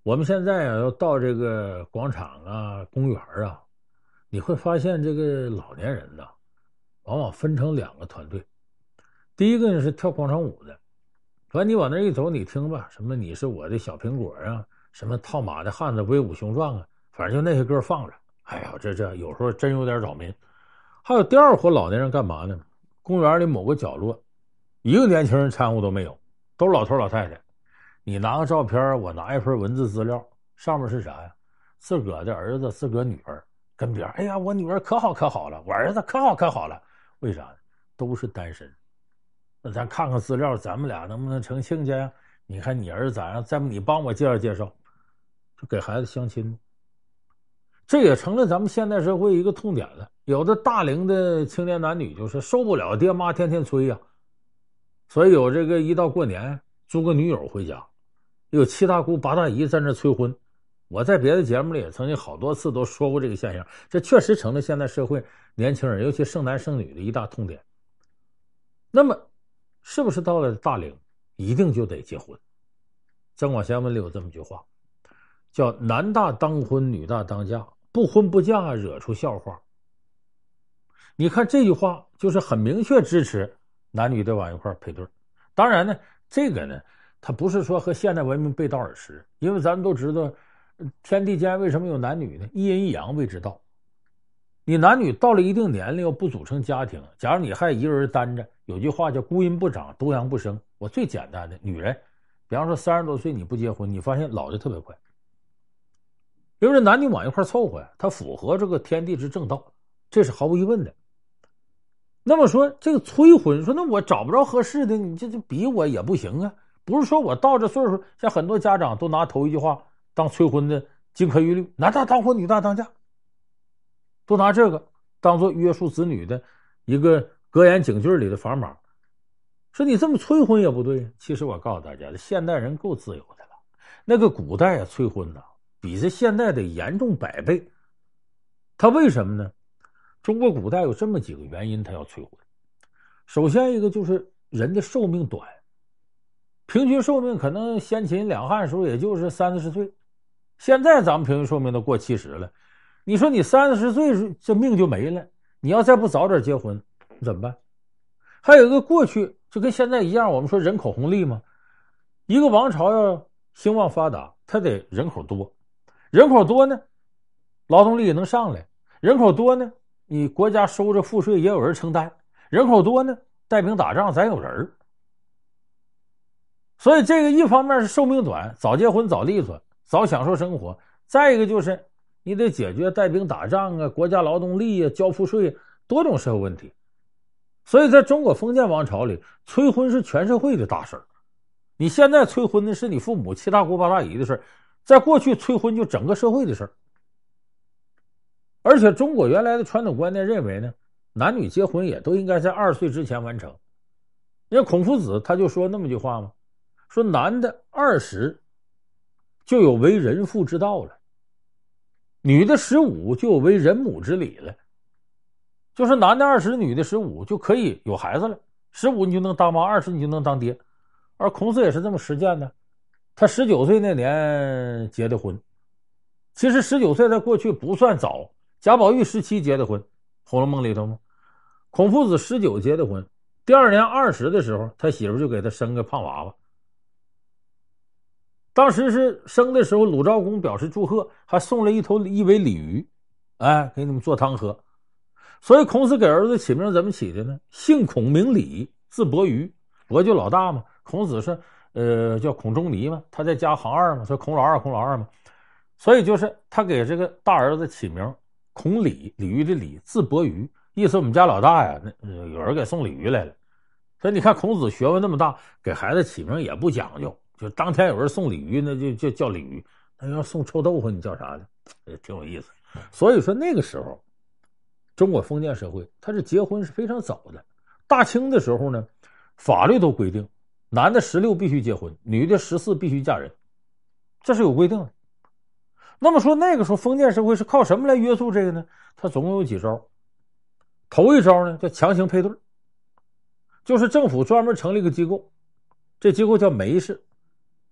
我们现在啊，要到这个广场啊、公园啊，你会发现这个老年人呢，往往分成两个团队。第一个呢是跳广场舞的，反正你往那一走，你听吧，什么你是我的小苹果啊，什么套马的汉子威武雄壮啊，反正就那些歌放着。哎呀，这有时候真有点扰民。还有第二伙老年人干嘛呢？公园里某个角落，一个年轻人掺和都没有，都是老头老太太。你拿个照片，我拿一份文字资料，上面是啥呀？自个儿的儿子、自个儿女儿跟别人，哎呀，我女儿可好可好了，我儿子可好可好了。为啥呢？都是单身。那咱看看资料，咱们俩能不能成亲家呀？你看你儿子咋样？再不你帮我介绍介绍，就给孩子相亲。这也成了咱们现代社会一个痛点了。有的大龄的青年男女就是受不了爹妈天天催呀，所以有这个一到过年租个女友回家，有七大姑八大姨在那催婚。我在别的节目里也曾经好多次都说过这个现象，这确实成了现在社会年轻人，尤其剩男剩女的一大痛点。那么，是不是到了大龄一定就得结婚？《增广贤文》里有这么句话，叫“男大当婚，女大当嫁，不婚不嫁惹出笑话”。你看这句话就是很明确支持男女得往一块配对。当然呢，这个呢，它不是说和现代文明背道而驰，因为咱们都知道，天地间为什么有男女呢？一阴一阳谓之道。你男女到了一定年龄又不组成家庭，假如你还一个人单着，有句话叫孤阴不长，多阳不生。我最简单的，女人，比方说30多岁你不结婚，你发现老的特别快。因为这男女往一块凑合呀，它符合这个天地之正道，这是毫无疑问的。那么说这个催婚，说那我找不着合适的，你这逼我也不行啊。不是说我到这岁数，像很多家长都拿头一句话当催婚的金科玉律，男大当婚，女大当嫁，都拿这个当做约束子女的一个格言警句里的砝码。说你这么催婚也不对。其实我告诉大家，现代人够自由的了，那个古代啊催婚比这现代的严重100倍。他为什么呢？中国古代有这么几个原因，他要催婚。首先一个就是人的寿命短，平均寿命可能先秦两汉时候也就是30-40岁，现在咱们平均寿命都过70了。你说你30岁这命就没了，你要再不早点结婚，你怎么办？还有一个过去就跟现在一样，我们说人口红利嘛，一个王朝要兴旺发达，它得人口多，人口多呢，劳动力也能上来，人口多呢，你国家收着赋税也有人承担，人口多呢，带兵打仗咱有人。所以这个一方面是寿命短，早结婚早利索，早享受生活；再一个就是你得解决带兵打仗啊、国家劳动力啊、交赋税多种社会问题。所以在中国封建王朝里，催婚是全社会的大事儿。你现在催婚的是你父母七大姑八大姨的事儿，在过去催婚就整个社会的事儿。而且中国原来的传统观念认为呢，男女结婚也都应该在20岁之前完成。因为孔夫子他就说那么句话嘛，说男的20就有为人父之道了，女的15就有为人母之礼了。就是男的20，女的15就可以有孩子了，15你就能当妈，20你就能当爹。而孔子也是这么实践的，他19岁那年结的婚。其实19岁在过去不算早，贾宝玉17结的婚，《红楼梦》里头吗？孔夫子19结的婚，第二年20的时候，他媳妇就给他生个胖娃娃。当时是生的时候，鲁昭公表示祝贺，还送了一尾鲤鱼，哎，给你们做汤喝。所以孔子给儿子起名怎么起的呢？姓孔名鲤，字伯鱼，伯就老大嘛。孔子是叫孔仲尼嘛，他在家行二嘛，说孔老二，孔老二嘛。所以就是他给这个大儿子起名孔鲤，鲤鱼的鲤，字伯鱼，意思我们家老大呀，有人给送鲤鱼来了。所以你看孔子学问那么大，给孩子起名也不讲究，就当天有人送鲤鱼，那就叫鲤鱼；那要送臭豆腐，你叫啥呢？也挺有意思。所以说那个时候，中国封建社会，它是结婚是非常早的。大清的时候呢，法律都规定，男的16必须结婚，女的14必须嫁人，这是有规定的。那么说那个时候封建社会是靠什么来约束这个呢？它总共有几招。头一招呢叫强行配对，就是政府专门成立一个机构，这机构叫媒氏，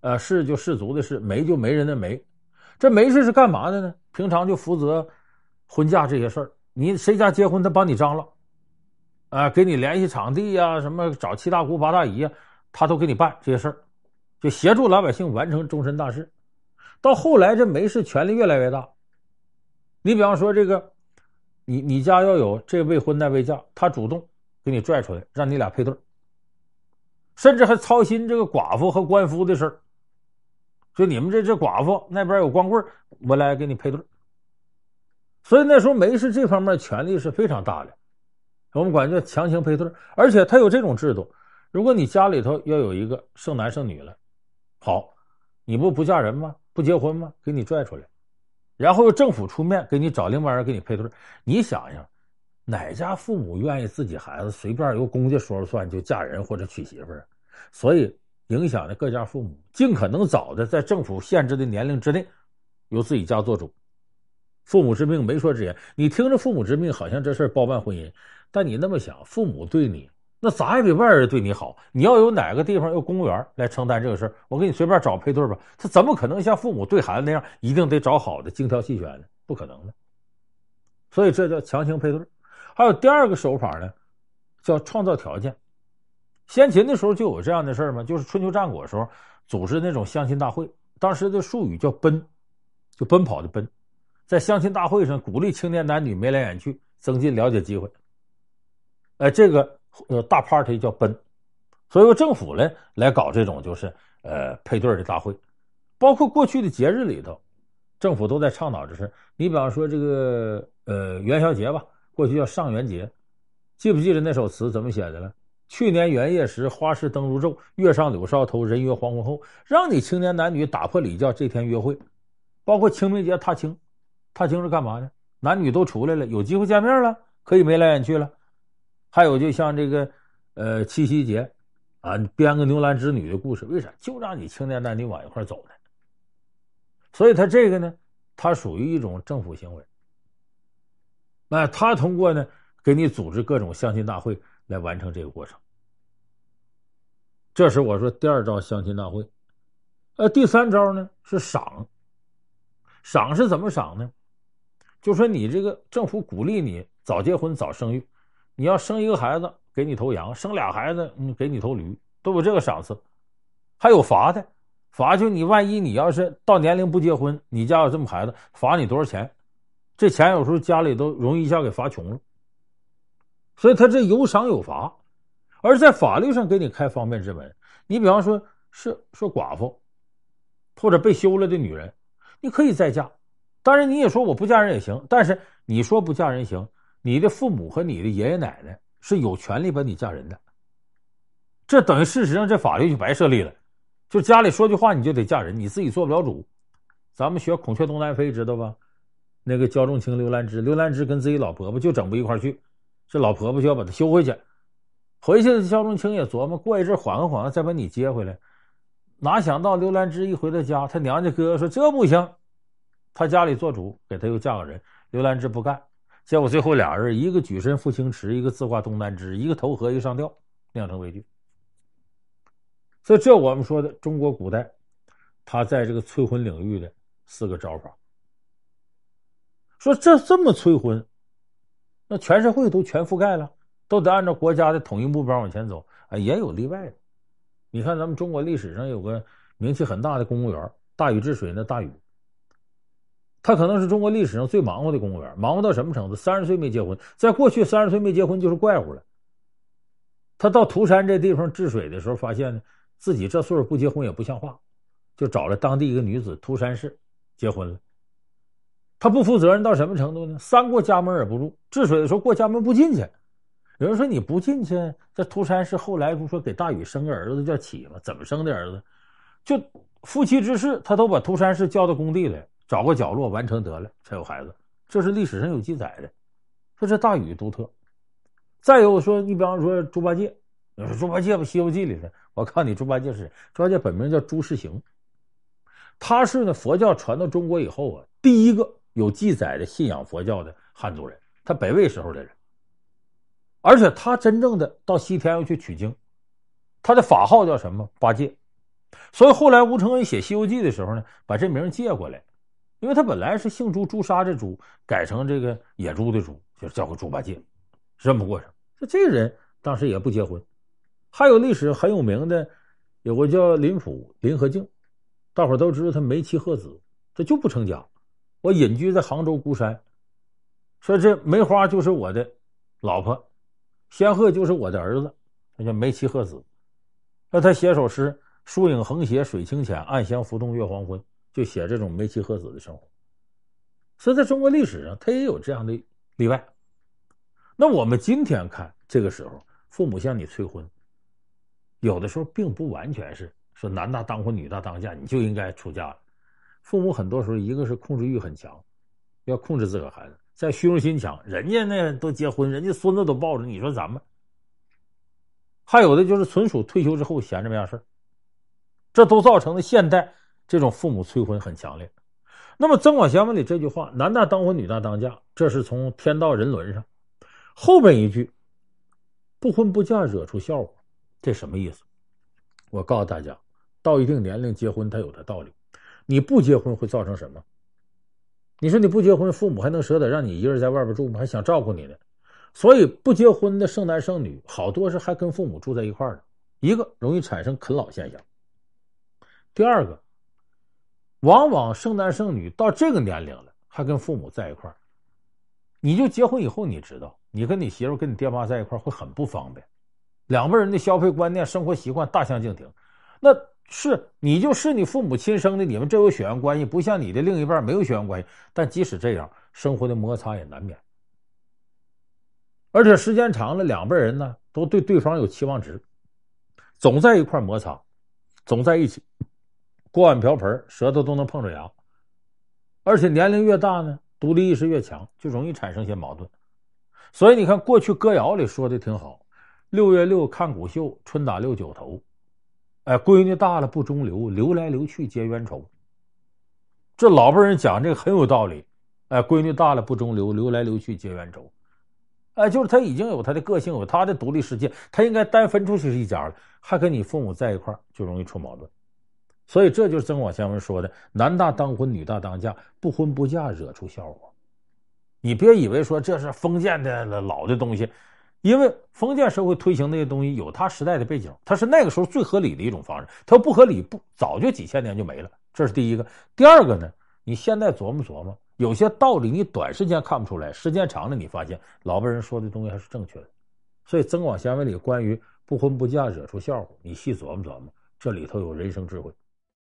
士就士族的士，媒就媒人的媒。这媒士是干嘛的呢？平常就负责婚嫁这些事儿。你谁家结婚，他帮你张罗，给你联系场地呀，什么找七大姑八大姨呀，他都给你办这些事儿，就协助老百姓完成终身大事。到后来，这媒士权力越来越大。你比方说这个，你家要有这未婚那未嫁，他主动给你拽出来，让你俩配对，甚至还操心这个寡妇和官夫的事儿。就你们这寡妇那边有光棍，我来给你配对。所以那时候媒士这方面权力是非常大的，我们管叫强行配对。而且他有这种制度，如果你家里头要有一个剩男剩女了，好，你不嫁人吗？不结婚吗？给你拽出来，然后由政府出面给你找另外人给你配对。你想想，哪家父母愿意自己孩子随便由公家说了算就嫁人或者娶媳妇儿？所以影响的各家父母尽可能早的在政府限制的年龄之内由自己家做主。父母之命媒妁之言，你听着父母之命好像这事儿包办婚姻，但你那么想，父母对你那咋也比外人对你好。你要有哪个地方有公务员来承担这个事儿，我给你随便找配对吧，他怎么可能像父母对孩子那样一定得找好的精挑细选呢？不可能的。所以这叫强行配对。还有第二个手法呢，叫创造条件。先秦的时候就有这样的事儿吗？就是春秋战国的时候组织那种相亲大会，当时的术语叫奔，就奔跑的奔。在相亲大会上鼓励青年男女眉来眼去，增进了解机会。这个大 party 叫奔。所以由政府呢来搞这种就是配对的大会。包括过去的节日里头，政府都在倡导这事。你比方说这个元宵节吧，过去叫上元节，记不记得那首词怎么写的了？去年元夜时，花市灯如昼，月上柳梢头，人约黄昏后。让你青年男女打破礼教，这天约会。包括清明节踏青，踏青是干嘛呢？男女都出来了，有机会见面了，可以眉来眼去了。还有就像这个七夕节编个牛郎织女的故事，为啥？就让你青年男女往一块走呢。所以他这个呢，它属于一种政府行为。他通过呢给你组织各种相亲大会来完成这个过程。这是我说第二招相亲大会。第三招呢是赏。赏是怎么赏呢？就说你这个政府鼓励你早结婚早生育，你要生一个孩子给你头羊，生俩孩子给你头驴，都有这个赏赐。还有罚的，罚就你万一你要是到年龄不结婚，你家有这么孩子，罚你多少钱？这钱有时候家里都容易一下给罚穷了。所以他这有赏有罚。而在法律上给你开方便之门。你比方说寡妇或者被休了的女人，你可以再嫁。当然你也说我不嫁人也行，但是你说不嫁人行，你的父母和你的爷爷奶奶是有权利把你嫁人的。这等于事实上这法律就白设立了，就家里说句话你就得嫁人，你自己做不了主。咱们学孔雀东南飞知道吧？那个焦仲卿刘兰芝，刘兰芝跟自己老婆婆就整不一块去，这老婆婆就要把她休回去。回去的焦仲卿也琢磨，过一阵缓和缓和再把你接回来。哪想到刘兰芝一回到家，他娘家哥哥说这不行，他家里做主，给他又嫁个人。刘兰芝不干，结果最后俩人一个举身赴清池，一个自挂东南枝，一个投河一个上吊，酿成悲剧。所以这我们说的中国古代他在这个催婚领域的4个招法。说这么催婚，那全社会都全覆盖了，都得按照国家的统一目标往前走。也有例外的。你看咱们中国历史上有个名气很大的公务员，大禹治水的大禹，他可能是中国历史上最忙活的公务员，忙活到什么程度？30岁没结婚，在过去30岁没结婚就是怪物了。他到涂山这地方治水的时候，发现呢自己这岁数不结婚也不像话，就找了当地一个女子涂山氏结婚了。他不负责任到什么程度呢？3过家门而不入，治水的时候过家门不进去。有人说你不进去，这涂山氏后来不说给大禹生个儿子叫启吗？怎么生的儿子？就夫妻之事他都把涂山氏叫到工地来，找个角落完成得了才有孩子。这是历史上有记载的。说这大禹独特。再有说你比方说猪八戒，你说猪八戒不西游记里的，我告诉你猪八戒是谁？猪八戒本名叫朱士行，他是呢佛教传到中国以后第一个有记载的信仰佛教的汉族人，他北魏时候的人。而且他真正的到西天要去取经，他的法号叫什么？八戒。 所以后来吴承恩写《西游记》的时候呢，把这名借过来，因为他本来是姓朱，朱砂这朱改成这个野猪的猪，就是叫个猪八戒，是这么过程。这个人当时也不结婚。还有历史很有名的，有个叫林甫林和靖，大伙都知道他没妻鹤子，这就不成家。我隐居在杭州孤山，说这梅花就是我的老婆，仙鹤就是我的儿子，他叫梅妻鹤子。那他写首诗：疏影横斜水清浅，暗香浮动月黄昏，就写这种梅妻鹤子的生活。所以在中国历史上，他也有这样的例外。那我们今天看，这个时候父母向你催婚，有的时候并不完全是说男大当婚女大当嫁，你就应该出嫁了。父母很多时候一个是控制欲很强，要控制自个儿孩子，再虚荣心强，人家那都结婚，人家孙子都抱着，你说咱们。还有的就是纯属退休之后闲着没啥事，这都造成了现代这种父母催婚很强烈。那么《增广贤文》里这句话“男大当婚，女大当嫁”，这是从天道人伦上。后边一句“不婚不嫁惹出笑话”，这什么意思？我告诉大家，到一定年龄结婚它有它道理，你不结婚会造成什么？你说你不结婚，父母还能舍得让你一个人在外边住吗？还想照顾你呢。所以不结婚的剩男剩女好多是还跟父母住在一块儿的，一个容易产生啃老现象，第二个往往剩男剩女到这个年龄了还跟父母在一块儿，你就结婚以后你知道你跟你媳妇跟你爹妈在一块儿会很不方便，两个人的消费观念生活习惯大相径庭。那是你就是你父母亲生的，你们这有血缘关系，不像你的另一半没有血缘关系，但即使这样生活的摩擦也难免。而且时间长了，两辈人呢都对对方有期望值，总在一块摩擦，总在一起，锅碗瓢盆舌头都能碰着牙。而且年龄越大呢，独立意识越强，就容易产生一些矛盾。所以你看过去歌谣里说的挺好，6月6看谷秀，春打六九头，闺女大了不中留，留来留去结冤仇。这老辈人讲这个很有道理，闺女大了不中留，留来留去结冤仇。就是他已经有他的个性，有他的独立世界，他应该单分出去是一家了，还跟你父母在一块就容易出矛盾。所以这就是增广贤文说的男大当婚，女大当嫁，不婚不嫁惹出笑话。你别以为说这是封建的老的东西，因为封建社会推行那些东西有它时代的背景，它是那个时候最合理的一种方式，它不合理早就几千年就没了。这是第一个。第二个呢，你现在琢磨琢磨，有些道理你短时间看不出来，时间长了你发现老辈人说的东西还是正确的。所以增广贤文里关于不婚不嫁惹出笑话，你细琢磨琢磨，这里头有人生智慧。